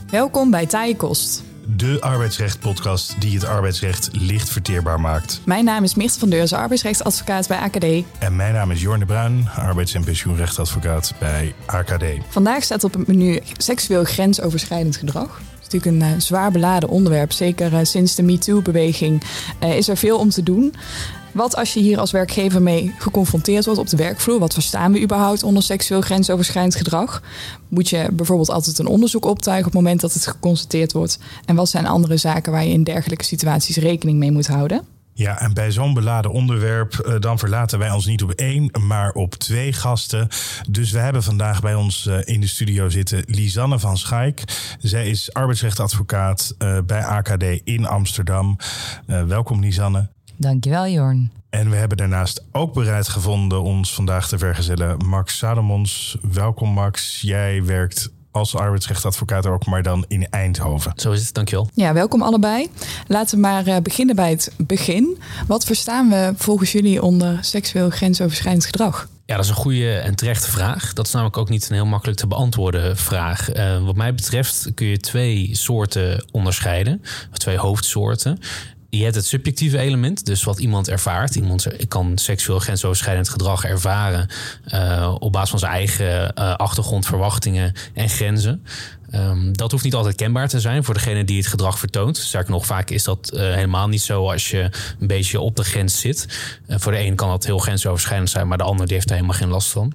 Welkom bij Taaie Kost. De arbeidsrecht-podcast die het arbeidsrecht licht verteerbaar maakt. Mijn naam is Mirte van Deurzen, arbeidsrechtadvocaat bij AKD. En mijn naam is Jorn de Bruin, arbeids- en pensioenrechtadvocaat bij AKD. Vandaag staat op het menu seksueel grensoverschrijdend gedrag. Het is natuurlijk een zwaar beladen onderwerp. Zeker sinds de MeToo-beweging is er veel om te doen. Wat als je hier als werkgever mee geconfronteerd wordt op de werkvloer? Wat verstaan we überhaupt onder seksueel grensoverschrijdend gedrag? Moet je bijvoorbeeld altijd een onderzoek optuigen op het moment dat het geconstateerd wordt? En wat zijn andere zaken waar je in dergelijke situaties rekening mee moet houden? Ja, en bij zo'n beladen onderwerp dan verlaten wij ons niet op 1, maar op 2 gasten. Dus we hebben vandaag bij ons in de studio zitten Lisanne van Schaik. Zij is arbeidsrechtadvocaat bij AKD in Amsterdam. Welkom Lisanne. Dankjewel, Jorn. En we hebben daarnaast ook bereid gevonden ons vandaag te vergezellen Max Salomons. Welkom Max, jij werkt als arbeidsrechtadvocaat ook, maar dan in Eindhoven. Zo is het, dankjewel. Ja, welkom allebei. Laten we maar beginnen bij het begin. Wat verstaan we volgens jullie onder seksueel grensoverschrijdend gedrag? Ja, dat is een goede en terechte vraag. Dat is namelijk ook niet een heel makkelijk te beantwoorden vraag. Wat mij betreft kun je 2 soorten onderscheiden, of 2 hoofdsoorten. Je hebt het subjectieve element, dus wat iemand ervaart. Iemand kan seksueel grensoverschrijdend gedrag ervaren op basis van zijn eigen achtergrond, verwachtingen en grenzen. Dat hoeft niet altijd kenbaar te zijn voor degene die het gedrag vertoont. Sterker nog, vaak is dat helemaal niet zo als je een beetje op de grens zit. Voor de een kan dat heel grensoverschrijdend zijn, maar de ander die heeft daar helemaal geen last van.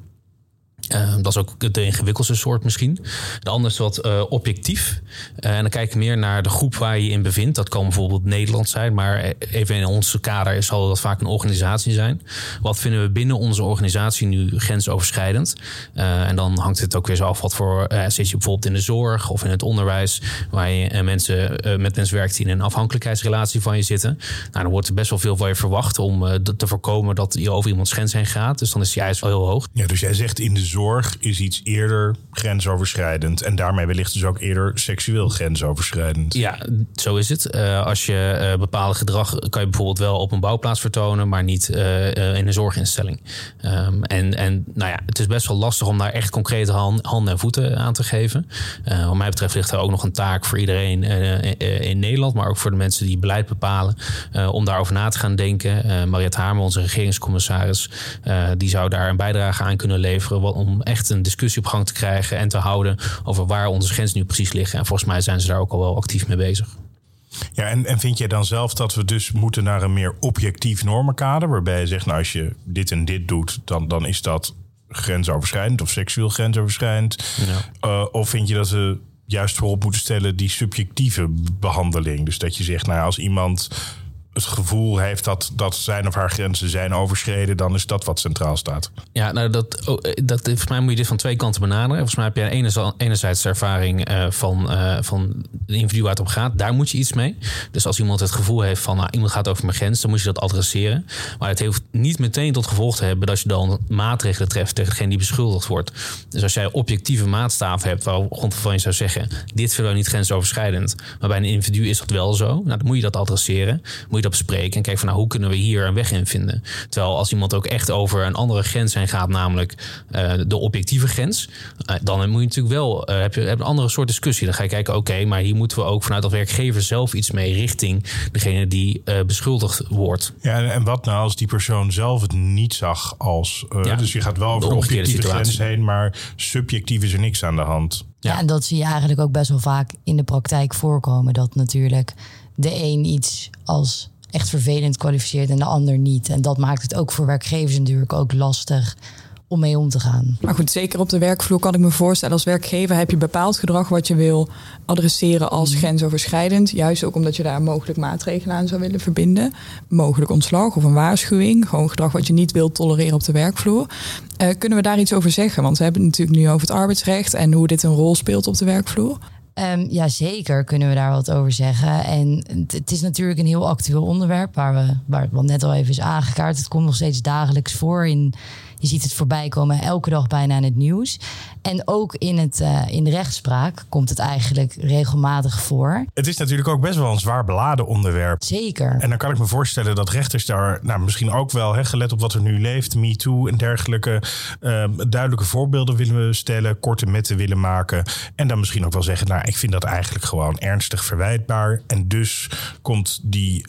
Dat is ook de ingewikkeldste soort misschien. De andere is wat objectief. En dan kijk je meer naar de groep waar je je in bevindt. Dat kan bijvoorbeeld Nederland zijn, maar even in ons kader zal dat vaak een organisatie zijn. Wat vinden we binnen onze organisatie nu grensoverschrijdend? En dan hangt het ook weer zo af wat voor zit je bijvoorbeeld in de zorg of in het onderwijs, waar je met mensen werkt die in een afhankelijkheidsrelatie van je zitten. Nou, dan wordt er best wel veel van je verwacht om te voorkomen dat je over iemands grens heen gaat. Dus dan is die eis wel heel hoog. Ja, dus jij zegt in de zorg is iets eerder grensoverschrijdend en daarmee wellicht dus ook eerder seksueel grensoverschrijdend. Ja, zo is het. Als je bepaalde gedrag kan je bijvoorbeeld wel op een bouwplaats vertonen, maar niet in een zorginstelling. En nou ja, het is best wel lastig om daar echt concrete handen en voeten aan te geven. Wat mij betreft ligt er ook nog een taak voor iedereen in Nederland, maar ook voor de mensen die beleid bepalen, om daarover na te gaan denken. Mariette Hamer, onze regeringscommissaris, die zou daar een bijdrage aan kunnen leveren om echt een discussie op gang te krijgen en te houden over waar onze grenzen nu precies liggen. En volgens mij zijn ze daar ook al wel actief mee bezig. Ja, en vind jij dan zelf dat we dus moeten naar een meer objectief normenkader, waarbij je zegt, nou, als je dit en dit doet, dan is dat grensoverschrijdend of seksueel grensoverschrijdend? Ja. Of vind je dat we juist voorop moeten stellen die subjectieve behandeling? Dus dat je zegt, nou, als iemand het gevoel heeft dat zijn of haar grenzen zijn overschreden, dan is dat wat centraal staat. Ja, nou, volgens mij moet je dit van 2 kanten benaderen. Volgens mij heb je enerzijds de ervaring van de individu waar het om gaat. Daar moet je iets mee. Dus als iemand het gevoel heeft van, nou, iemand gaat over mijn grens, dan moet je dat adresseren. Maar het heeft niet meteen tot gevolg te hebben dat je dan maatregelen treft tegen degene die beschuldigd wordt. Dus als jij objectieve maatstaven hebt waarvan je zou zeggen, dit vinden we niet grensoverschrijdend, maar bij een individu is dat wel zo, nou, dan moet je dat adresseren. Moet je dat bespreken en kijken van, nou, hoe kunnen we hier een weg in vinden? Terwijl als iemand ook echt over een andere grens heen gaat, namelijk de objectieve grens, dan moet je natuurlijk wel heb je een andere soort discussie. Dan ga je kijken, oké, maar hier moeten we ook vanuit als werkgever zelf iets mee richting degene die beschuldigd wordt. Ja, en wat nou als die persoon zelf het niet zag als dus je gaat wel over de objectieve grens heen, maar subjectief is er niks aan de hand. Ja, en dat zie je eigenlijk ook best wel vaak in de praktijk voorkomen, dat natuurlijk de een iets als echt vervelend kwalificeert en de ander niet. En dat maakt het ook voor werkgevers natuurlijk ook lastig om mee om te gaan. Maar goed, zeker op de werkvloer kan ik me voorstellen, als werkgever heb je bepaald gedrag wat je wil adresseren als grensoverschrijdend. Juist ook omdat je daar mogelijk maatregelen aan zou willen verbinden. Mogelijk ontslag of een waarschuwing. Gewoon gedrag wat je niet wilt tolereren op de werkvloer. Kunnen we daar iets over zeggen? Want we hebben het natuurlijk nu over het arbeidsrecht en hoe dit een rol speelt op de werkvloer. Ja, zeker kunnen we daar wat over zeggen. En het is natuurlijk een heel actueel onderwerp waar het net al even is aangekaart. Het komt nog steeds dagelijks voor in Je ziet het voorbij komen elke dag bijna in het nieuws. En ook in de rechtspraak komt het eigenlijk regelmatig voor. Het is natuurlijk ook best wel een zwaar beladen onderwerp. Zeker. En dan kan ik me voorstellen dat rechters daar misschien ook wel, gelet op wat er nu leeft, MeToo en dergelijke, duidelijke voorbeelden willen stellen, korte metten willen maken. En dan misschien ook wel zeggen, ik vind dat eigenlijk gewoon ernstig verwijtbaar. En dus komt die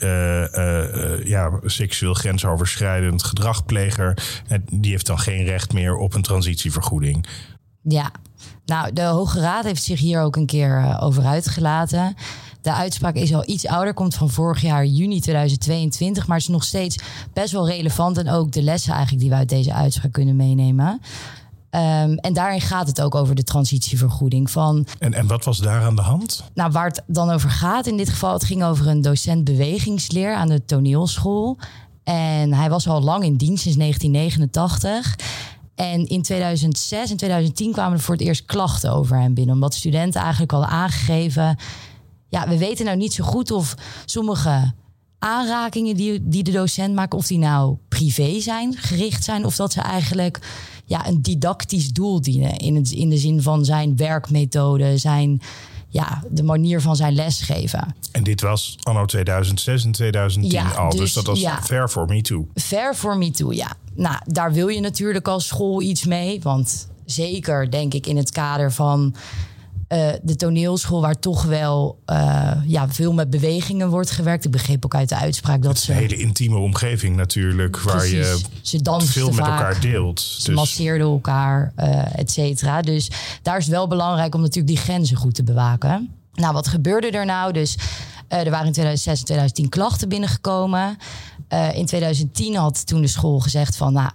seksueel grensoverschrijdend gedragpleger, die heeft dan geen recht meer op een transitievergoeding. Ja, nou, de Hoge Raad heeft zich hier ook een keer over uitgelaten. De uitspraak is al iets ouder, komt van vorig jaar juni 2022... maar het is nog steeds best wel relevant. En ook de lessen eigenlijk die we uit deze uitspraak kunnen meenemen. En daarin gaat het ook over de transitievergoeding. En wat was daar aan de hand? Nou, waar het dan over gaat in dit geval, het ging over een docent bewegingsleer aan de toneelschool. En hij was al lang in dienst, sinds 1989... En in 2006 en 2010 kwamen er voor het eerst klachten over hem binnen. Omdat studenten eigenlijk hadden aangegeven, we weten nou niet zo goed of sommige aanrakingen die de docent maakt, of die nou privé zijn, gericht zijn, of dat ze eigenlijk een didactisch doel dienen. In de zin van zijn werkmethode, de manier van zijn lesgeven. En dit was anno 2006 en 2010 al. Dus dat was ver voor MeToo. Ver voor MeToo, ja. Nou, daar wil je natuurlijk als school iets mee. Want zeker, denk ik, in het kader van de toneelschool, waar toch wel veel met bewegingen wordt gewerkt. Ik begreep ook uit de uitspraak dat het is een hele intieme omgeving natuurlijk. Precies. Waar je veel met elkaar deelt. Ze masseerden elkaar, et cetera. Dus daar is het wel belangrijk om natuurlijk die grenzen goed te bewaken. Nou, wat gebeurde er nou? Dus er waren in 2006 en 2010 klachten binnengekomen. In 2010 had toen de school gezegd van,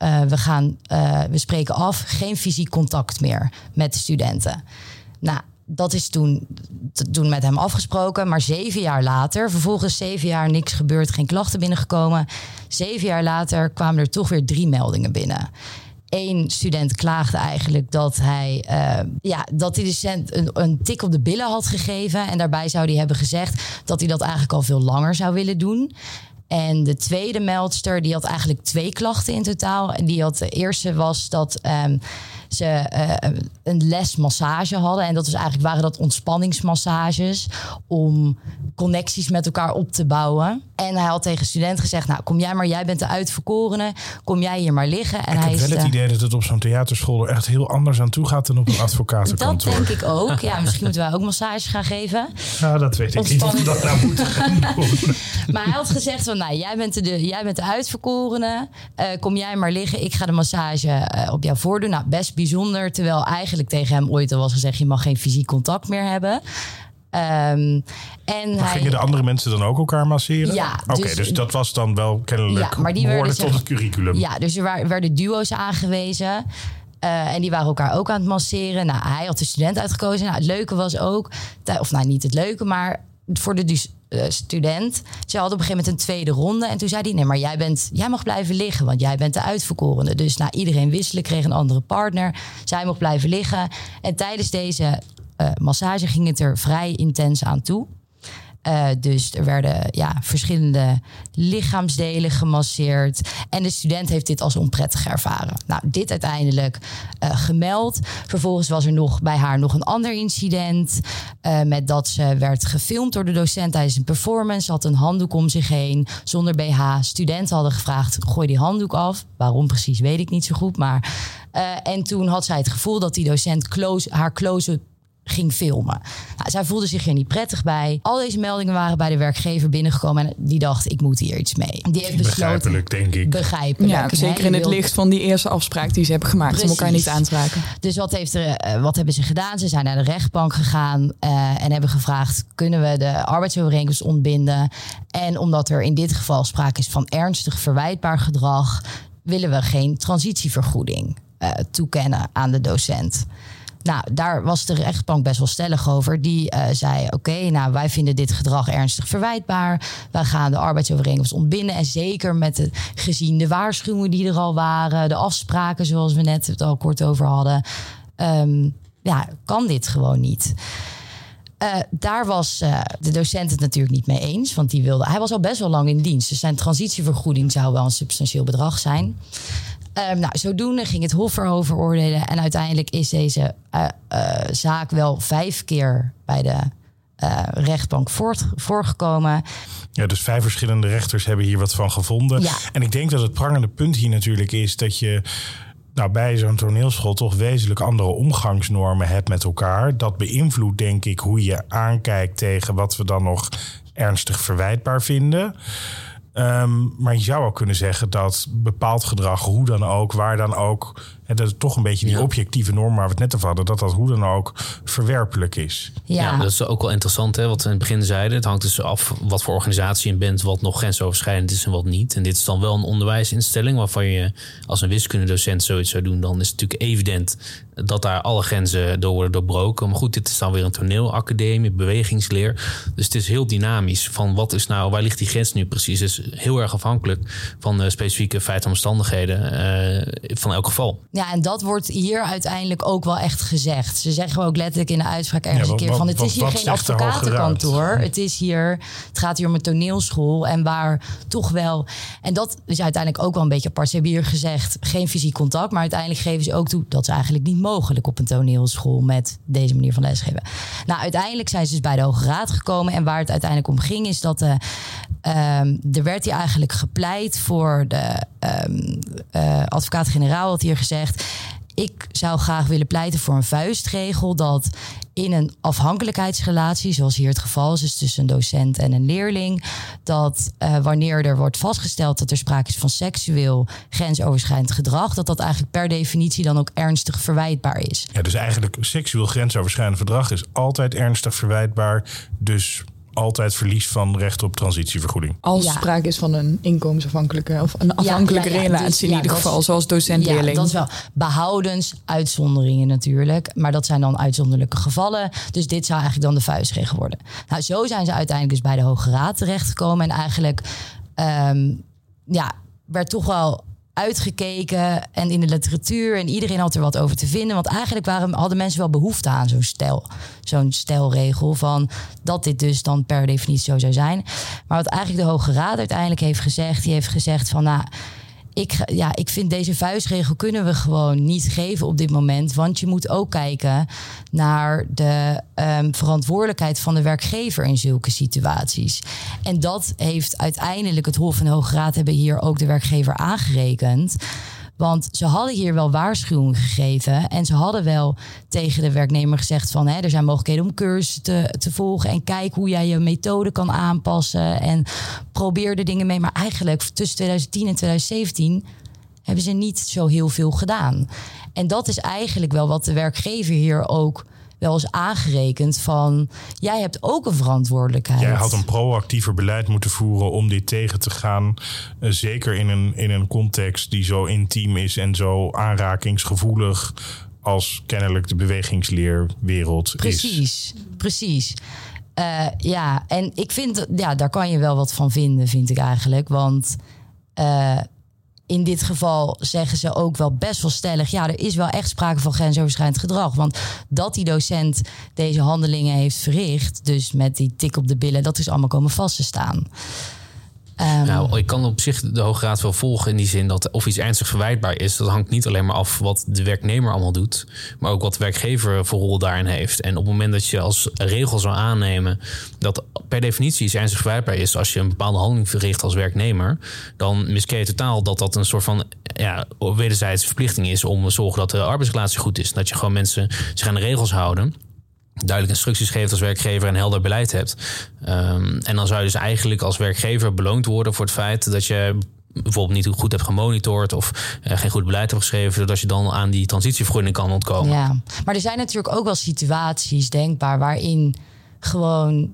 we spreken af, geen fysiek contact meer met de studenten. Nou, dat is toen met hem afgesproken. Maar 7 jaar later, vervolgens 7 jaar niks gebeurd, geen klachten binnengekomen. 7 jaar later kwamen er toch weer 3 meldingen binnen. 1 student klaagde eigenlijk dat hij dat die docent een tik op de billen had gegeven. En daarbij zou hij hebben gezegd dat hij dat eigenlijk al veel langer zou willen doen. En de tweede meldster, die had eigenlijk 2 klachten in totaal. En de eerste was dat ze een lesmassage hadden. En dat waren dat ontspanningsmassages om connecties met elkaar op te bouwen. En hij had tegen een student gezegd, kom jij maar, jij bent de uitverkorene. Kom jij hier maar liggen. En ik heb wel het idee dat het op zo'n theaterschool er echt heel anders aan toe gaat dan op een advocatenkantoor. Dat denk ik ook. Ja, misschien moeten wij ook massages gaan geven. Ja, dat weet ik niet of we dat nou moeten gaan doen. Maar hij had gezegd van, jij bent de uitverkorene. Kom jij maar liggen. Ik ga de massage op jou voordoen. Nou, best bijzonder. Terwijl eigenlijk tegen hem ooit al was gezegd, je mag geen fysiek contact meer hebben. Gingen de andere mensen dan ook elkaar masseren? Ja. Dus dat was dan wel kennelijk behoorlijk tot het curriculum. Ja, dus er werden duo's aangewezen. En die waren elkaar ook aan het masseren. Nou, hij had de student uitgekozen. Nou, het leuke was ook, niet het leuke, maar voor de student. Ze hadden op een gegeven moment een tweede ronde. En toen zei hij, nee, maar jij mag blijven liggen, want jij bent de uitverkorene. Dus iedereen wisselen, kreeg een andere partner. Zij mocht blijven liggen. En tijdens deze massage ging het er vrij intens aan toe. Dus er werden verschillende lichaamsdelen gemasseerd. En de student heeft dit als onprettig ervaren. Nou, dit uiteindelijk gemeld. Vervolgens was er bij haar nog een ander incident. Met dat ze werd gefilmd door de docent tijdens een performance. Ze had een handdoek om zich heen, zonder BH. Studenten hadden gevraagd, gooi die handdoek af. Waarom precies, weet ik niet zo goed. Maar, en toen had zij het gevoel dat die docent haar close-up ging filmen. Nou, zij voelde zich er niet prettig bij. Al deze meldingen waren bij de werkgever binnengekomen en die dacht, ik moet hier iets mee. Die heeft besloten. Begrijpelijk, denk ik. Begrijpelijk. Ja, zeker in het licht van die eerste afspraak die ze hebben gemaakt. Precies. Om elkaar niet aan te raken. Dus wat hebben ze gedaan? Ze zijn naar de rechtbank gegaan en hebben gevraagd, kunnen we de arbeidsovereenkomst ontbinden? En omdat er in dit geval sprake is van ernstig verwijtbaar gedrag, willen we geen transitievergoeding toekennen aan de docent. Nou, daar was de rechtbank best wel stellig over. Die zei, wij vinden dit gedrag ernstig verwijtbaar. Wij gaan de arbeidsovereenkomst ontbinden. En zeker gezien de waarschuwingen die er al waren, de afspraken zoals we net het al kort over hadden, kan dit gewoon niet. Daar was de docent het natuurlijk niet mee eens. Want hij was al best wel lang in dienst. Dus zijn transitievergoeding zou wel een substantieel bedrag zijn. Zodoende ging het Hof erover oordelen. En uiteindelijk is deze zaak wel 5 keer bij de rechtbank voorgekomen. Ja, dus 5 verschillende rechters hebben hier wat van gevonden. Ja. En ik denk dat het prangende punt hier natuurlijk is dat je bij zo'n toneelschool toch wezenlijk andere omgangsnormen hebt met elkaar. Dat beïnvloedt, denk ik, hoe je aankijkt tegen wat we dan nog ernstig verwijtbaar vinden. Maar je zou ook kunnen zeggen dat bepaald gedrag, hoe dan ook, waar dan ook, dat het toch een beetje die objectieve norm waar we het net over hadden, dat hoe dan ook verwerpelijk is. Ja, dat is ook wel interessant, hè, wat we in het begin zeiden. Het hangt dus af wat voor organisatie je bent, wat nog grensoverschrijdend is en wat niet. En dit is dan wel een onderwijsinstelling waarvan je als een wiskundedocent zoiets zou doen, dan is het natuurlijk evident dat daar alle grenzen door worden doorbroken. Maar goed, dit is dan weer een toneelacademie, bewegingsleer. Dus het is heel dynamisch van wat is nou, waar ligt die grens nu precies? Het is heel erg afhankelijk van de specifieke feiten en omstandigheden van elk geval. Ja, en dat wordt hier uiteindelijk ook wel echt gezegd. Ze zeggen ook letterlijk in de uitspraak ergens een keer van het is hier geen advocatenkantoor. Het gaat hier om een toneelschool en waar toch wel. En dat is uiteindelijk ook wel een beetje apart. Ze hebben hier gezegd geen fysiek contact, maar uiteindelijk geven ze ook toe dat ze eigenlijk niet mogelijk op een toneelschool met deze manier van lesgeven. Nou, uiteindelijk zijn ze dus bij de Hoge Raad gekomen en waar het uiteindelijk om ging is dat er werd hier eigenlijk gepleit voor de advocaat-generaal had hier gezegd, ik zou graag willen pleiten voor een vuistregel dat in een afhankelijkheidsrelatie, zoals hier het geval is, dus tussen een docent en een leerling, dat wanneer er wordt vastgesteld dat er sprake is van seksueel grensoverschrijdend gedrag, dat eigenlijk per definitie dan ook ernstig verwijtbaar is. Ja, dus eigenlijk seksueel grensoverschrijdend gedrag is altijd ernstig verwijtbaar, dus altijd verlies van recht op transitievergoeding. Als sprake is van een inkomensafhankelijke of een afhankelijke relatie dus, in ieder geval, zoals docent-leerling. Ja, dat is wel behoudens uitzonderingen natuurlijk. Maar dat zijn dan uitzonderlijke gevallen. Dus dit zou eigenlijk dan de vuistregel worden. Nou, zo zijn ze uiteindelijk dus bij de Hoge Raad terechtgekomen. En eigenlijk werd toch wel uitgekeken en in de literatuur en iedereen had er wat over te vinden. Want eigenlijk hadden mensen wel behoefte aan zo'n stelregel van dat dit dus dan per definitie zo zou zijn. Maar wat eigenlijk de Hoge Raad uiteindelijk heeft gezegd, die heeft gezegd van ik vind deze vuistregel kunnen we gewoon niet geven op dit moment. Want je moet ook kijken naar de verantwoordelijkheid van de werkgever in zulke situaties. En dat heeft uiteindelijk het Hof en de Hoge Raad hebben hier ook de werkgever aangerekend. Want ze hadden hier wel waarschuwing gegeven. En ze hadden wel tegen de werknemer gezegd van er zijn mogelijkheden om cursussen te volgen. En kijk hoe jij je methode kan aanpassen. En probeer de dingen mee. Maar eigenlijk tussen 2010 en 2017 hebben ze niet zo heel veel gedaan. En dat is eigenlijk wel wat de werkgever hier ook wel eens aangerekend van jij hebt ook een verantwoordelijkheid. Jij had een proactiever beleid moeten voeren om dit tegen te gaan. Zeker in een context die zo intiem is en zo aanrakingsgevoelig als kennelijk de bewegingsleerwereld is. Precies. En ik vind, daar kan je wel wat van vinden, vind ik eigenlijk. Want in dit geval zeggen ze ook wel best wel stellig, er is wel echt sprake van grensoverschrijdend gedrag. Want dat die docent deze handelingen heeft verricht, dus met die tik op de billen, dat is allemaal komen vast te staan. Ik kan op zich de Hoge Raad wel volgen in die zin dat of iets ernstig verwijtbaar is, dat hangt niet alleen maar af wat de werknemer allemaal doet, maar ook wat de werkgever voor rol daarin heeft. En op het moment dat je als regel zou aannemen dat per definitie iets ernstig verwijtbaar is als je een bepaalde handeling verricht als werknemer, dan misken je totaal dat een soort van wederzijdse verplichting is om te zorgen dat de arbeidsrelatie goed is. Dat je gewoon mensen zich aan de regels houden, duidelijk instructies geeft als werkgever en helder beleid hebt. En dan zou je dus eigenlijk als werkgever beloond worden voor het feit dat je bijvoorbeeld niet goed hebt gemonitord of geen goed beleid hebt geschreven, zodat je dan aan die transitievergoeding kan ontkomen. Ja, maar er zijn natuurlijk ook wel situaties denkbaar waarin gewoon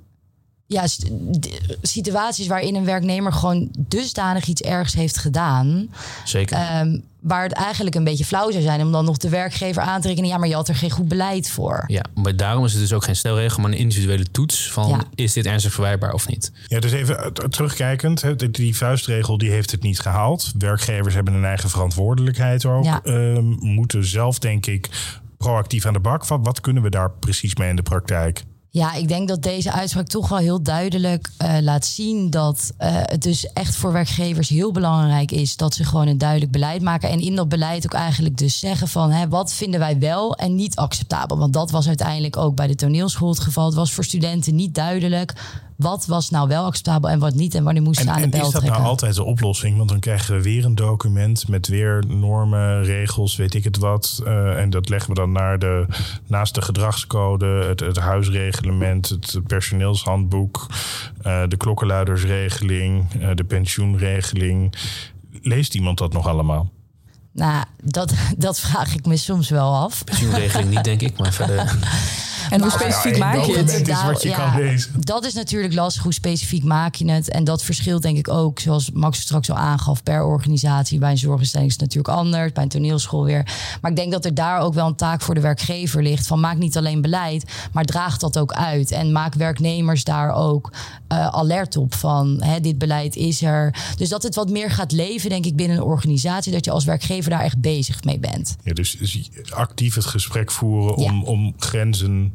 situaties waarin een werknemer gewoon dusdanig iets ergs heeft gedaan. Zeker. Waar het eigenlijk een beetje flauw zou zijn om dan nog de werkgever aan te rekenen. Ja, maar je had er geen goed beleid voor. Ja, maar daarom is het dus ook geen stelregel, maar een individuele toets van is dit ernstig verwijtbaar of niet? Ja, dus even terugkijkend. Die vuistregel die heeft het niet gehaald. Werkgevers hebben een eigen verantwoordelijkheid ook. Ja. Moeten zelf, denk ik, proactief aan de bak. Wat kunnen we daar precies mee in de praktijk? Ja, ik denk dat deze uitspraak toch wel heel duidelijk laat zien dat het dus echt voor werkgevers heel belangrijk is dat ze gewoon een duidelijk beleid maken. En in dat beleid ook eigenlijk dus zeggen van wat vinden wij wel en niet acceptabel. Want dat was uiteindelijk ook bij de toneelschool het geval. Het was voor studenten niet duidelijk wat was nou wel acceptabel en wat niet. En wanneer moesten ze aan de bel trekken. En is dat nou altijd de oplossing? Want dan krijgen we weer een document met weer normen, regels, weet ik het wat. En dat leggen we dan naast de gedragscode, het huisreglement, het personeelshandboek, de klokkenluidersregeling, de pensioenregeling. Leest iemand dat nog allemaal? Nou, dat vraag ik me soms wel af. Pensioenregeling niet, denk ik, maar verder. En hoe specifiek maak je het? Is wat je kan lezen. Dat is natuurlijk lastig. Hoe specifiek maak je het? En dat verschilt denk ik ook, zoals Max straks al aangaf, per organisatie. Bij een zorginstelling is het natuurlijk anders, bij een toneelschool weer. Maar ik denk dat er daar ook wel een taak voor de werkgever ligt. Van maak niet alleen beleid, maar draag dat ook uit. En maak werknemers daar ook alert op van dit beleid is er. Dus dat het wat meer gaat leven, denk ik, binnen een organisatie. Dat je als werkgever daar echt bezig mee bent. Ja, dus actief het gesprek voeren om grenzen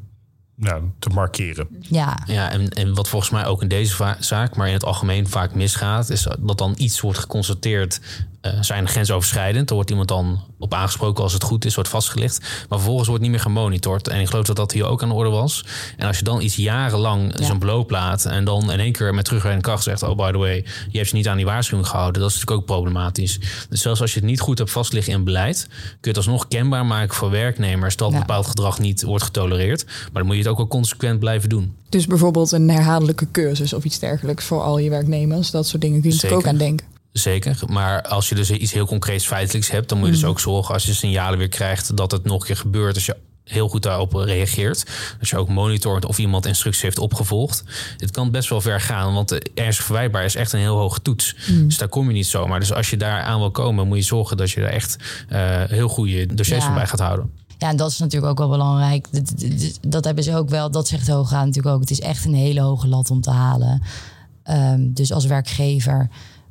te markeren. Ja, en wat volgens mij ook in deze zaak, maar in het algemeen vaak misgaat, is dat dan iets wordt geconstateerd, zijn grensoverschrijdend. Er wordt iemand dan op aangesproken als het goed is, wordt vastgelegd. Maar vervolgens wordt niet meer gemonitord. En ik geloof dat hier ook aan de orde was. En als je dan iets jarenlang zo'n beloop laat en dan in één keer met terugwerkende kracht zegt, oh by the way, je hebt je niet aan die waarschuwing gehouden, dat is natuurlijk ook problematisch. Dus zelfs als je het niet goed hebt vastliggen in beleid, kun je het alsnog kenbaar maken voor werknemers dat bepaald gedrag niet wordt getolereerd. Maar dan moet je het ook wel consequent blijven doen. Dus bijvoorbeeld een herhaaldelijke cursus of iets dergelijks voor al je werknemers. Dat soort dingen kun je natuurlijk ook aan denken. Zeker, maar als je dus iets heel concreets feitelijks hebt, dan moet je dus ook zorgen als je signalen weer krijgt dat het nog een keer gebeurt, als je heel goed daarop reageert. Als je ook monitort of iemand instructies heeft opgevolgd. Het kan best wel ver gaan, want ernstig verwijtbaar is echt een heel hoge toets. Dus daar kom je niet zomaar. Dus als je daar aan wil komen, moet je zorgen dat je er echt heel goede dossiers van bij gaat houden. Ja, en dat is natuurlijk ook wel belangrijk. Dat hebben ze ook wel, dat zegt de Hoge Raad natuurlijk ook. Het is echt een hele hoge lat om te halen. Dus als werkgever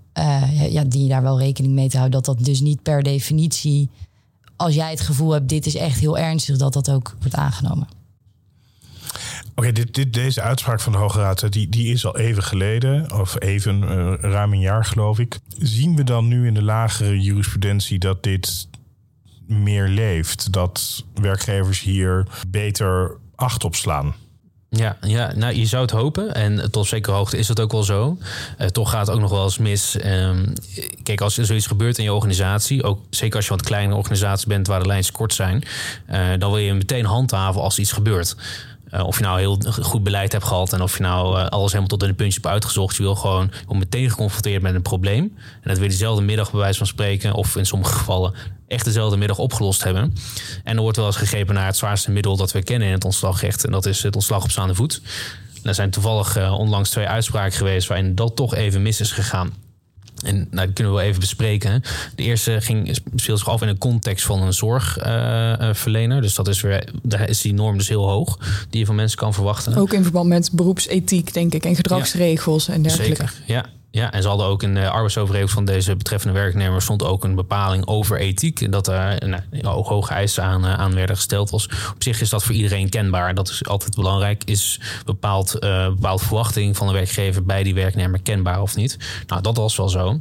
dien je daar wel rekening mee te houden. Dat dus niet per definitie, als jij het gevoel hebt, dit is echt heel ernstig, dat ook wordt aangenomen. Oké, deze uitspraak van de Hoge Raad, die is al even geleden, of ruim een jaar geloof ik. Zien we dan nu in de lagere jurisprudentie dat dit meer leeft? Dat werkgevers hier beter acht op slaan? Ja, nou, je zou het hopen. En tot zekere hoogte is dat ook wel zo. Toch gaat het ook nog wel eens mis. Kijk, als er zoiets gebeurt in je organisatie, ook zeker als je een wat kleinere organisatie bent waar de lijntjes kort zijn, dan wil je meteen handhaven als iets gebeurt. Of je nou heel goed beleid hebt gehad en of je nou alles helemaal tot in de puntjes hebt uitgezocht. Je wil gewoon meteen geconfronteerd met een probleem. En dat wil je dezelfde middag bij wijze van spreken, of in sommige gevallen echt dezelfde middag opgelost hebben. En er wordt wel eens gegrepen naar het zwaarste middel dat we kennen in het ontslagrecht. En dat is het ontslag op staande voet. En er zijn toevallig onlangs 2 uitspraken geweest waarin dat toch even mis is gegaan. En die kunnen we wel even bespreken. De eerste speelt zich af in een context van een zorgverlener. Dus daar is die norm dus heel hoog, die je van mensen kan verwachten. Ook in verband met beroepsethiek, denk ik, en gedragsregels en dergelijke. Zeker, ja, en ze hadden ook in de arbeidsovereenkomst van deze betreffende werknemer stond ook een bepaling over ethiek. En dat er hoge eisen aan werden gesteld. Op zich is dat voor iedereen kenbaar. Dat is altijd belangrijk. Is bepaald verwachting van de werkgever bij die werknemer kenbaar of niet? Nou, dat was wel zo.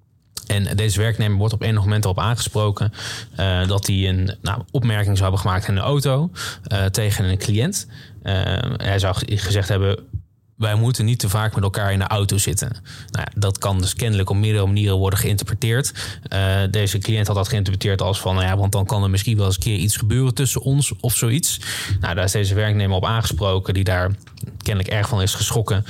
En deze werknemer wordt op enig moment erop aangesproken dat hij een opmerking zou hebben gemaakt in de auto tegen een cliënt. Hij zou gezegd hebben: wij moeten niet te vaak met elkaar in de auto zitten. Nou ja, dat kan dus kennelijk op meerdere manieren worden geïnterpreteerd. Deze cliënt had dat geïnterpreteerd als van, want dan kan er misschien wel eens een keer iets gebeuren tussen ons of zoiets. Nou, daar is deze werknemer op aangesproken, die daar kennelijk erg van is geschrokken.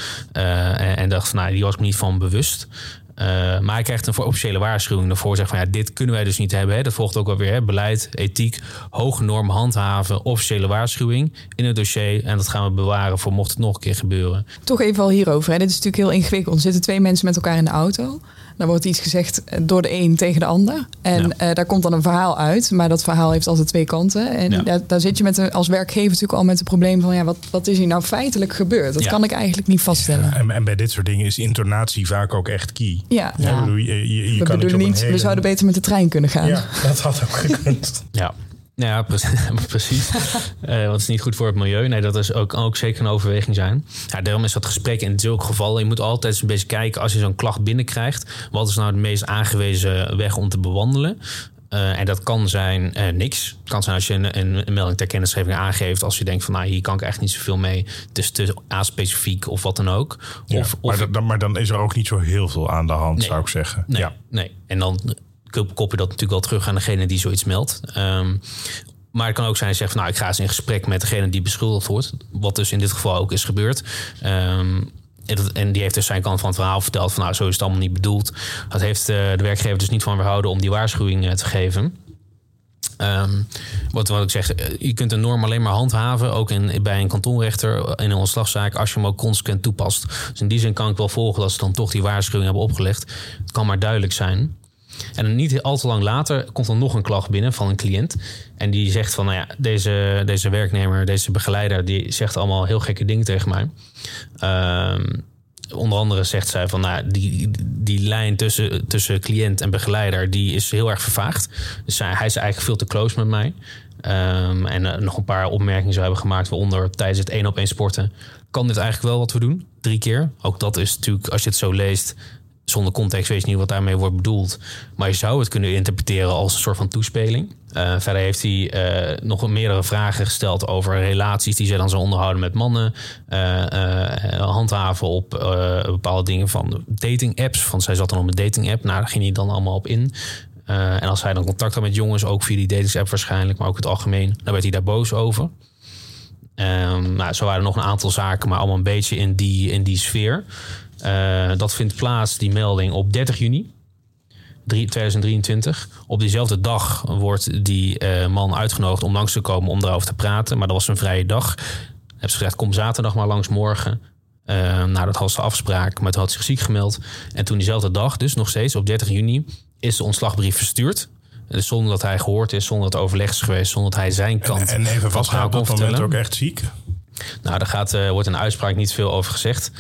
En dacht van, die was ik me niet van bewust. Maar hij krijgt een officiële waarschuwing ervoor. Zegt van, dit kunnen wij dus niet hebben. Hè. Dat volgt ook wel weer beleid, ethiek, hoge normen handhaven, officiële waarschuwing in het dossier. En dat gaan we bewaren voor mocht het nog een keer gebeuren. Toch even al hierover. Hè. Dit is natuurlijk heel ingewikkeld. Er zitten 2 mensen met elkaar in de auto. Dan wordt iets gezegd door de een tegen de ander. En daar komt dan een verhaal uit. Maar dat verhaal heeft altijd 2 kanten. En daar zit je als werkgever natuurlijk al met het probleem van, wat is hier nou feitelijk gebeurd? Dat kan ik eigenlijk niet vaststellen. Ja, en bij dit soort dingen is intonatie vaak ook echt key. Ja. Je we zouden beter met de trein kunnen gaan. Ja, dat had ook gekund. Ja. Ja, precies. Want het is niet goed voor het milieu. Nee, dat is ook zeker een overweging zijn. Ja, daarom is dat gesprek in zulke gevallen. Je moet altijd eens een beetje kijken als je zo'n klacht binnenkrijgt. Wat is nou de meest aangewezen weg om te bewandelen? En dat kan zijn niks. Het kan zijn als je een melding ter kennisgeving aangeeft. Als je denkt van hier kan ik echt niet zoveel mee. Het is te aspecifiek of wat dan ook. Ja, maar dan is er ook niet zo heel veel aan de hand, zou ik zeggen. Nee. En dan kop je dat natuurlijk wel terug aan degene die zoiets meldt. Maar het kan ook zijn dat je zegt van ik ga eens in gesprek met degene die beschuldigd wordt. Wat dus in dit geval ook is gebeurd. En die heeft dus zijn kant van het verhaal verteld van zo is het allemaal niet bedoeld. Dat heeft de werkgever dus niet van weerhouden om die waarschuwing te geven. Wat ik zeg, je kunt een norm alleen maar handhaven, ook bij een kantonrechter in een ontslagzaak, als je hem ook consequent toepast. Dus in die zin kan ik wel volgen dat ze dan toch die waarschuwing hebben opgelegd. Het kan maar duidelijk zijn. En niet al te lang later komt er nog een klacht binnen van een cliënt. En die zegt van, deze werknemer, deze begeleider, die zegt allemaal heel gekke dingen tegen mij. Onder andere zegt zij van, die lijn tussen cliënt en begeleider, die is heel erg vervaagd. Dus hij is eigenlijk veel te close met mij. En nog een paar opmerkingen zou hebben gemaakt, waaronder tijdens het 1-op-1 sporten. Kan dit eigenlijk wel wat we doen? 3 keer. Ook dat is natuurlijk, als je het zo leest, zonder context weet je niet wat daarmee wordt bedoeld. Maar je zou het kunnen interpreteren als een soort van toespeling. Verder heeft hij nog meerdere vragen gesteld over relaties die zij dan zou onderhouden met mannen. Handhaven op bepaalde dingen van dating apps. Want zij zat dan op een dating app. Daar ging hij dan allemaal op in. En als hij dan contact had met jongens, ook via die datingsapp waarschijnlijk, maar ook het algemeen, dan werd hij daar boos over. Zo waren er nog een aantal zaken, maar allemaal een beetje in die sfeer. Dat vindt plaats, die melding, op 30 juni 2023. Op diezelfde dag wordt die man uitgenodigd om langs te komen om daarover te praten. Maar dat was een vrije dag. Hebben ze gezegd, kom zaterdag maar langs morgen. Dat had ze afspraak, maar toen had zich ziek gemeld. En toen diezelfde dag, dus nog steeds op 30 juni... is de ontslagbrief verstuurd. Dus zonder dat hij gehoord is, zonder dat er overleg is geweest, zonder dat hij zijn kant... En even was hij op dat moment ook echt ziek? Daar wordt in de uitspraak niet veel over gezegd.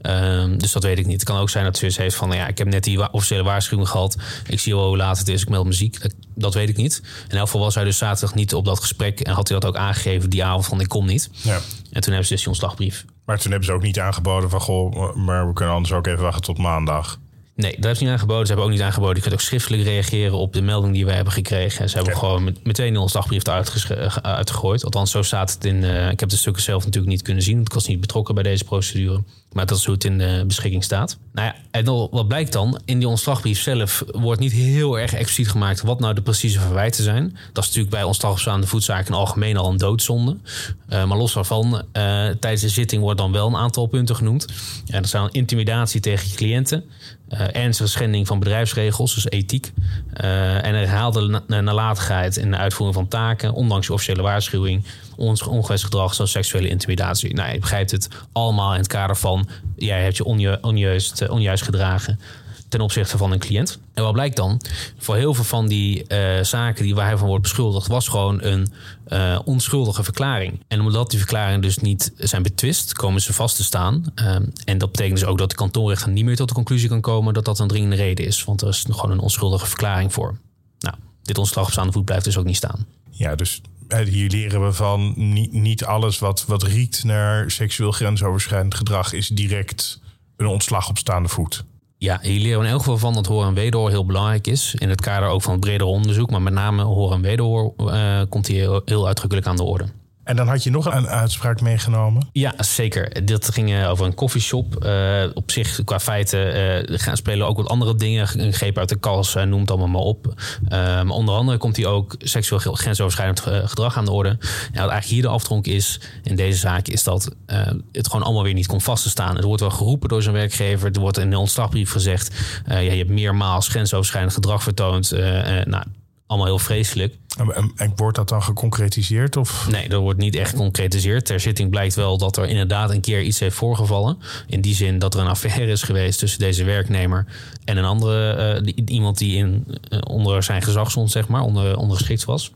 Dus dat weet ik niet. Het kan ook zijn dat Swiss heeft van, ik heb net die officiële waarschuwing gehad. Ik zie wel hoe laat het is, ik meld me ziek. Dat weet ik niet. In elk geval was hij dus zaterdag niet op dat gesprek. En had hij dat ook aangegeven die avond van, ik kom niet. Ja. En toen hebben ze dus die ontslagbrief. Maar toen hebben ze ook niet aangeboden van, maar we kunnen anders ook even wachten tot maandag. Nee, dat heeft ze niet aangeboden. Ze hebben ook niet aangeboden. Je kunt ook schriftelijk reageren op de melding die we hebben gekregen. En ze hebben gewoon meteen de ontslagbrief uitgegooid. Althans, zo staat het in... ik heb de stukken zelf natuurlijk niet kunnen zien. Want ik was niet betrokken bij deze procedure. Maar dat is hoe het in de beschikking staat. En wat blijkt dan? In die ontslagbrief zelf wordt niet heel erg expliciet gemaakt wat nou de precieze verwijten zijn. Dat is natuurlijk bij ontslag op staande voetzaken in het algemeen al een doodzonde. Maar los daarvan, tijdens de zitting wordt dan wel een aantal punten genoemd. En dat zijn intimidatie tegen je cliënten. Ernstige schending van bedrijfsregels, dus ethiek. En herhaalde nalatigheid in de uitvoering van taken, ondanks je officiële waarschuwing, ongewenst gedrag zoals seksuele intimidatie. Je begrijpt het allemaal in het kader van, jij hebt je onjuist gedragen ten opzichte van een cliënt. En wat blijkt dan? Voor heel veel van die zaken waar hij van wordt beschuldigd, was gewoon een onschuldige verklaring. En omdat die verklaringen dus niet zijn betwist, komen ze vast te staan. En dat betekent dus ook dat de kantonrechter niet meer tot de conclusie kan komen dat dat een dringende reden is. Want er is gewoon een onschuldige verklaring voor. Dit ontslag op staande voet blijft dus ook niet staan. Ja, dus hier leren we van niet alles wat riekt naar seksueel grensoverschrijdend gedrag is direct een ontslag op staande voet. Ja, hier leren we in elk geval van dat hoor en wederhoor heel belangrijk is. In het kader ook van het bredere onderzoek. Maar met name hoor en wederhoor komt hier heel uitdrukkelijk aan de orde. En dan had je nog een uitspraak meegenomen? Ja, zeker. Dit ging over een coffeeshop. Op zich, qua feiten, gaan spelen ook wat andere dingen. Een greep uit de kas, noemt allemaal maar op. Onder andere komt hier ook seksueel grensoverschrijdend gedrag aan de orde. En wat eigenlijk hier de aftronk is in deze zaak, is dat het gewoon allemaal weer niet komt vast te staan. Het wordt wel geroepen door zijn werkgever. Er wordt in de ontslagbrief gezegd, je hebt meermaals grensoverschrijdend gedrag vertoond. Allemaal heel vreselijk. En wordt dat dan geconcretiseerd? Of? Nee, dat wordt niet echt geconcretiseerd. Ter zitting blijkt wel dat er inderdaad een keer iets heeft voorgevallen. In die zin dat er een affaire is geweest tussen deze werknemer en een andere, iemand die onder zijn gezag stond, zeg maar, ondergeschikt was.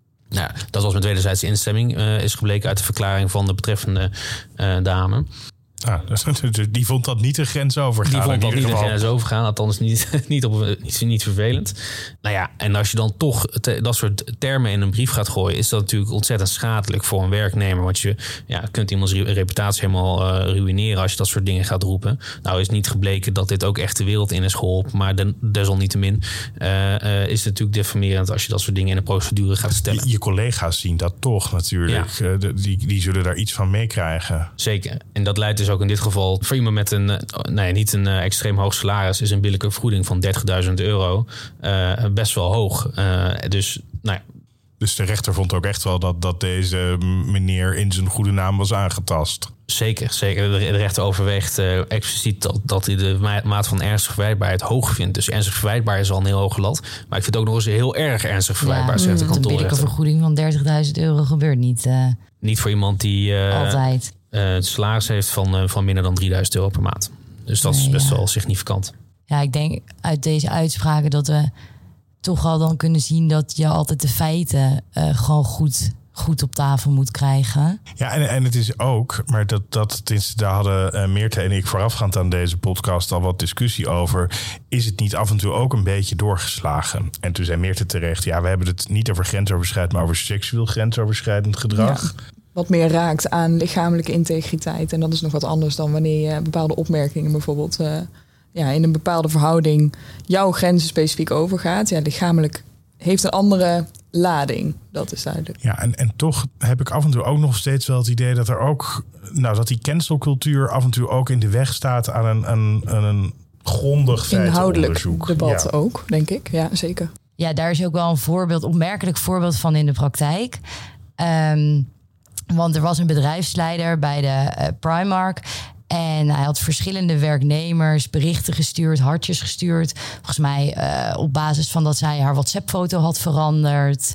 Dat was met wederzijdse instemming, is gebleken uit de verklaring van de betreffende dame. Die vond dat niet een grens overgaan. Die vond dat niet een grens overgaan, althans niet vervelend. Nou ja, en als je dan toch dat soort termen in een brief gaat gooien, is dat natuurlijk ontzettend schadelijk voor een werknemer. Want je kunt iemands reputatie helemaal ruïneren als je dat soort dingen gaat roepen. Nou is niet gebleken dat dit ook echt de wereld in is geholpen, maar desalniettemin is het natuurlijk diffamerend als je dat soort dingen in een procedure gaat stellen. Je collega's zien dat toch natuurlijk. Ja. Die zullen daar iets van meekrijgen. Zeker. En dat leidt dus ook in dit geval voor iemand met niet een extreem hoog salaris, is een billijke vergoeding van €30.000 best wel hoog. Dus de rechter vond ook echt wel dat deze meneer in zijn goede naam was aangetast. Zeker. De rechter overweegt expliciet dat hij de maat van ernstige verwijtbaarheid hoog vindt. Dus ernstig verwijtbaar is al een heel hoge lat. Maar ik vind het ook nog eens heel erg ernstig verwijtbaar, zegt de kantoorrechter. Een billijke vergoeding van €30.000 gebeurt niet. Niet voor iemand die altijd het salaris heeft van minder dan €3.000 per maand. Dus dat is best wel significant. Ja, ik denk uit deze uitspraken dat we toch al dan kunnen zien dat je altijd de feiten gewoon goed op tafel moet krijgen. Ja, en het is ook, maar daar hadden Meerte en ik voorafgaand aan deze podcast al wat discussie over. Is het niet af en toe ook een beetje doorgeslagen? En toen zei Meerte terecht, we hebben het niet over grensoverschrijdend, maar over seksueel grensoverschrijdend gedrag. Ja, wat meer raakt aan lichamelijke integriteit. En dat is nog wat anders dan wanneer je bepaalde opmerkingen bijvoorbeeld in een bepaalde verhouding jouw grenzen specifiek overgaat. Ja, lichamelijk heeft een andere lading. Dat is duidelijk. Ja, en toch heb ik af en toe ook nog steeds wel het idee dat er ook, dat die cancelcultuur af en toe ook in de weg staat aan een grondig feitenonderzoek. Inhoudelijk debat ook, denk ik. Ja, zeker. Ja, daar is ook wel een opmerkelijk voorbeeld van in de praktijk. Want er was een bedrijfsleider bij de Primark. En hij had verschillende werknemers berichten gestuurd, hartjes gestuurd. Volgens mij op basis van dat zij haar WhatsApp-foto had veranderd.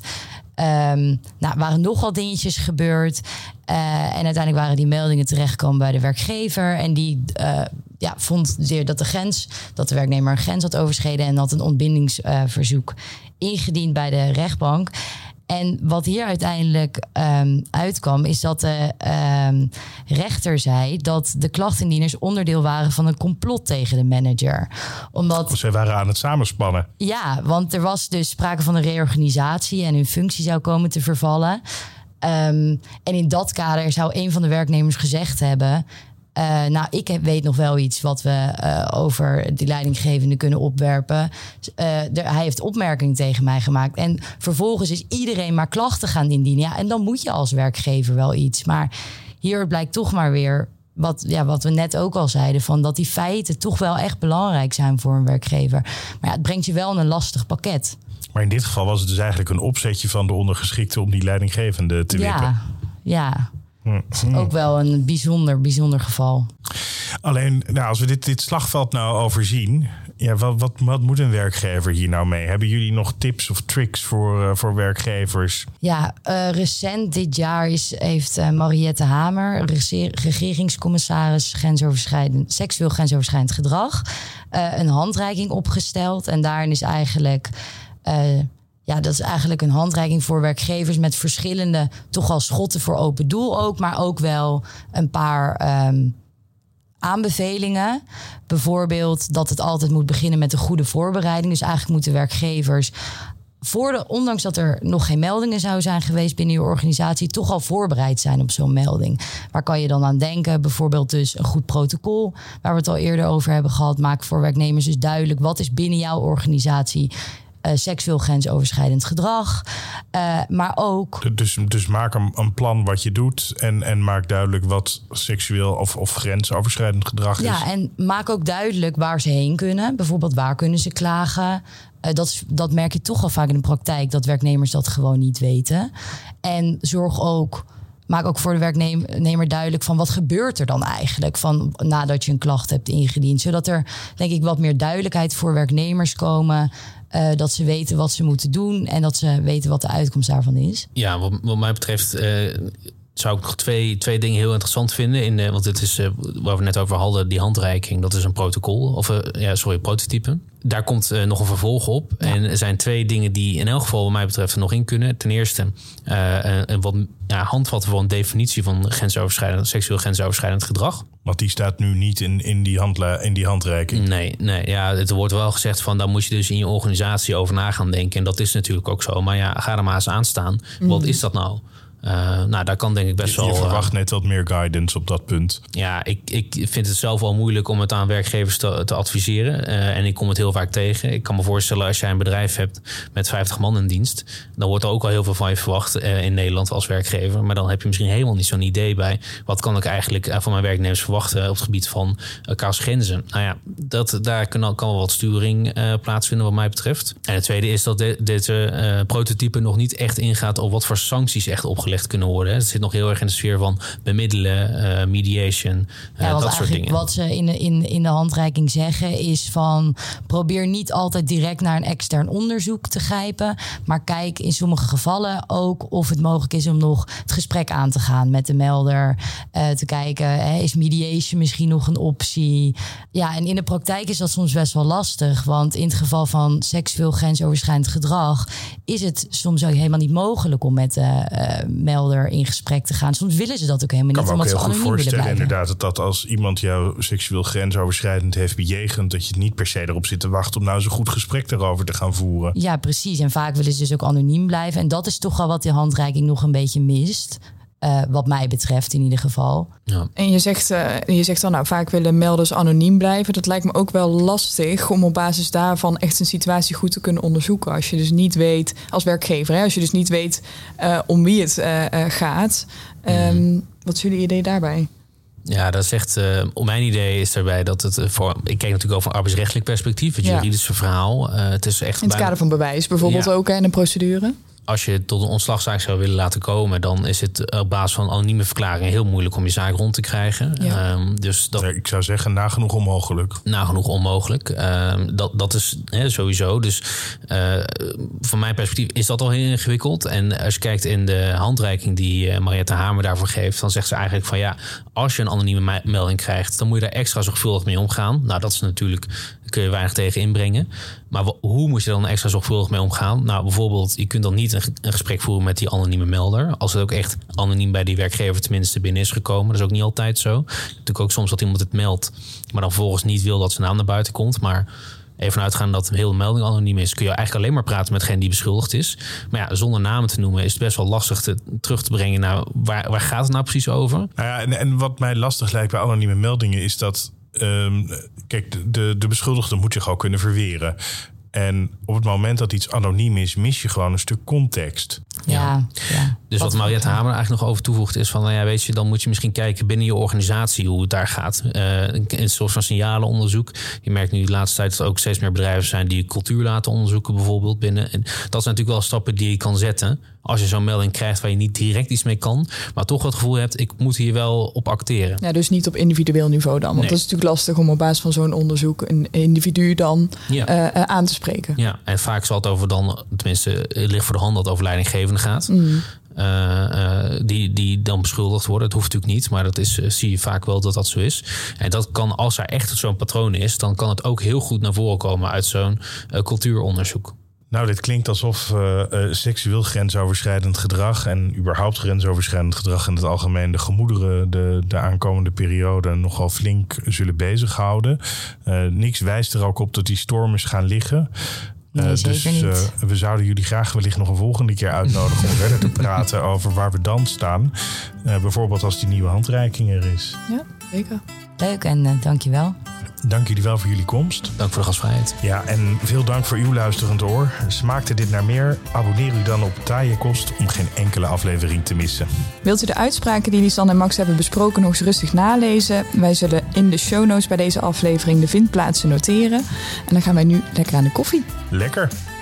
Waren nogal dingetjes gebeurd. En uiteindelijk waren die meldingen terechtgekomen bij de werkgever. En die vond zeer dat de werknemer een grens had overschreden en had een ontbindingsverzoek ingediend bij de rechtbank. En wat hier uiteindelijk uitkwam, is dat de rechter zei dat de klachtindieners onderdeel waren van een complot tegen de manager. Omdat zij waren aan het samenspannen. Ja, want er was dus sprake van een reorganisatie en hun functie zou komen te vervallen. En in dat kader zou een van de werknemers gezegd hebben: ik weet nog wel iets wat we over die leidinggevende kunnen opwerpen. Hij heeft opmerkingen tegen mij gemaakt. En vervolgens is iedereen maar klachten gaan indienen. Ja, en dan moet je als werkgever wel iets. Maar hier blijkt toch maar weer wat we net ook al zeiden, van dat die feiten toch wel echt belangrijk zijn voor een werkgever. Maar het brengt je wel in een lastig pakket. Maar in dit geval was het dus eigenlijk een opzetje van de ondergeschikte om die leidinggevende te wippen. Ja. Ook wel een bijzonder geval. Alleen, als we dit slagveld nou overzien, wat moet een werkgever hier nou mee? Hebben jullie nog tips of tricks voor werkgevers? Ja, recent dit jaar heeft Mariette Hamer, regeringscommissaris seksueel grensoverschrijdend gedrag, een handreiking opgesteld. En daarin is eigenlijk dat is eigenlijk een handreiking voor werkgevers met verschillende, toch al schotten voor open doel ook, maar ook wel een paar aanbevelingen. Bijvoorbeeld dat het altijd moet beginnen met een goede voorbereiding. Dus eigenlijk moeten werkgevers, ondanks dat er nog geen meldingen zou zijn geweest binnen je organisatie, toch al voorbereid zijn op zo'n melding. Waar kan je dan aan denken? Bijvoorbeeld dus een goed protocol, waar we het al eerder over hebben gehad. Maak voor werknemers dus duidelijk, wat is binnen jouw organisatie seksueel grensoverschrijdend gedrag. Maar ook Dus maak een plan wat je doet en maak duidelijk wat seksueel of grensoverschrijdend gedrag is. Ja, en maak ook duidelijk waar ze heen kunnen. Bijvoorbeeld, waar kunnen ze klagen? Dat merk je toch al vaak in de praktijk, dat werknemers dat gewoon niet weten. En maak ook voor de werknemer duidelijk van wat gebeurt er dan eigenlijk nadat je een klacht hebt ingediend. Zodat er, denk ik, wat meer duidelijkheid voor werknemers komen. Dat ze weten wat ze moeten doen en dat ze weten wat de uitkomst daarvan is. Ja, wat mij betreft zou ik nog twee dingen heel interessant vinden. Want dit is waar we net over hadden, die handreiking. Dat is een protocol, prototype. Daar komt nog een vervolg op. Ja. En er zijn 2 dingen die in elk geval wat mij betreft er nog in kunnen. Ten eerste een handvatten voor een definitie van seksueel grensoverschrijdend gedrag. Want die staat nu niet in die handreiking. Nee. Ja, het wordt wel gezegd van, daar moet je dus in je organisatie over na gaan denken. En dat is natuurlijk ook zo. Maar ja, ga er maar eens aan staan. Wat is dat nou? Daar kan denk ik best wel... Je verwacht net wat meer guidance op dat punt. Ja, ik vind het zelf wel moeilijk om het aan werkgevers te adviseren. En ik kom het heel vaak tegen. Ik kan me voorstellen, als jij een bedrijf hebt met 50 man in dienst, dan wordt er ook al heel veel van je verwacht in Nederland als werkgever. Maar dan heb je misschien helemaal niet zo'n idee bij, wat kan ik eigenlijk van mijn werknemers verwachten op het gebied van elkaars grenzen. Nou ja, daar kan wel wat sturing plaatsvinden wat mij betreft. En het tweede is dat deze prototype nog niet echt ingaat op wat voor sancties echt opgelegd kunnen worden. Het zit nog heel erg in de sfeer van bemiddelen, mediation, dat soort dingen. Wat ze in de handreiking zeggen is van, probeer niet altijd direct naar een extern onderzoek te grijpen, maar kijk in sommige gevallen ook of het mogelijk is om nog het gesprek aan te gaan met de melder. Te kijken, is mediation misschien nog een optie? Ja, en in de praktijk is dat soms best wel lastig, want in het geval van seksueel grensoverschrijdend gedrag is het soms ook helemaal niet mogelijk om met melder in gesprek te gaan. Soms willen ze dat ook helemaal niet, omdat ze anoniem willen blijven. Ik kan me ook heel goed voorstellen inderdaad dat als iemand jou seksueel grensoverschrijdend heeft bejegend, dat je niet per se erop zit te wachten om nou zo'n goed gesprek erover te gaan voeren. Ja, precies. En vaak willen ze dus ook anoniem blijven. En dat is toch wel wat de handreiking nog een beetje mist. Wat mij betreft in ieder geval. Ja. En je zegt dan, nou, vaak willen melders anoniem blijven. Dat lijkt me ook wel lastig om op basis daarvan echt een situatie goed te kunnen onderzoeken. Als je dus niet weet, als werkgever, als je dus niet weet om wie het gaat. Wat is jullie idee daarbij? Ja, dat is echt. Mijn idee is daarbij dat het ik kijk natuurlijk over een arbeidsrechtelijk perspectief, het juridische verhaal. Het is echt in het kader van bewijs bijvoorbeeld ook in een procedure. Als je tot een ontslagzaak zou willen laten komen, dan is het op basis van anonieme verklaringen heel moeilijk om je zaak rond te krijgen. Ja. Ik zou zeggen, nagenoeg onmogelijk. Nagenoeg onmogelijk. Dat is sowieso. Dus van mijn perspectief is dat al heel ingewikkeld. En als je kijkt in de handreiking die Mariette Hamer daarvoor geeft, dan zegt ze eigenlijk van ja, als je een anonieme melding krijgt, dan moet je daar extra zorgvuldig mee omgaan. Nou, dat is natuurlijk, kun je weinig tegen inbrengen. Maar hoe moet je dan extra zorgvuldig mee omgaan? Nou, bijvoorbeeld, je kunt dan niet een gesprek voeren met die anonieme melder. Als het ook echt anoniem bij die werkgever tenminste binnen is gekomen. Dat is ook niet altijd zo. Natuurlijk ook soms dat iemand het meldt, maar dan vervolgens niet wil dat zijn naam naar buiten komt. Maar even uitgaan dat een hele melding anoniem is, kun je eigenlijk alleen maar praten met degene die beschuldigd is. Maar ja, zonder namen te noemen is het best wel lastig terug te brengen naar waar gaat het nou precies over? Nou ja, en wat mij lastig lijkt bij anonieme meldingen is dat kijk, de beschuldigde moet zich ook kunnen verweren. En op het moment dat iets anoniem is, mis je gewoon een stuk context. Ja. Dus wat Mariette Hamer eigenlijk nog over toevoegt is van, nou ja, weet je, dan moet je misschien kijken binnen je organisatie hoe het daar gaat. Een soort van signalenonderzoek. Je merkt nu de laatste tijd dat er ook steeds meer bedrijven zijn die cultuur laten onderzoeken bijvoorbeeld binnen. En dat zijn natuurlijk wel stappen die je kan zetten. Als je zo'n melding krijgt waar je niet direct iets mee kan, maar toch het gevoel hebt, ik moet hier wel op acteren. Ja, dus niet op individueel niveau dan. Want dat is natuurlijk lastig om op basis van zo'n onderzoek een individu dan aan te spreken. Ja, en vaak zal het over dan, tenminste, het ligt voor de hand dat het over leidinggevende gaat. Die dan beschuldigd worden. Het hoeft natuurlijk niet, maar dat zie je vaak wel dat zo is. En dat kan, als er echt zo'n patroon is, dan kan het ook heel goed naar voren komen uit zo'n cultuuronderzoek. Nou, dit klinkt alsof seksueel grensoverschrijdend gedrag en überhaupt grensoverschrijdend gedrag in het algemeen de gemoederen de aankomende periode nogal flink zullen bezighouden. Niks wijst er ook op dat die storm is gaan liggen. Nee, dus we zouden jullie graag wellicht nog een volgende keer uitnodigen om verder te praten over waar we dan staan. Bijvoorbeeld als die nieuwe handreiking er is. Ja, zeker. Leuk en dankjewel. Dank jullie wel voor jullie komst. Dank voor de gastvrijheid. Ja, en veel dank voor uw luisterend oor. Smaakte dit naar meer? Abonneer u dan op Taaie Kost om geen enkele aflevering te missen. Wilt u de uitspraken die Lisanne en Max hebben besproken nog eens rustig nalezen? Wij zullen in de show notes bij deze aflevering de vindplaatsen noteren. En dan gaan wij nu lekker aan de koffie. Lekker.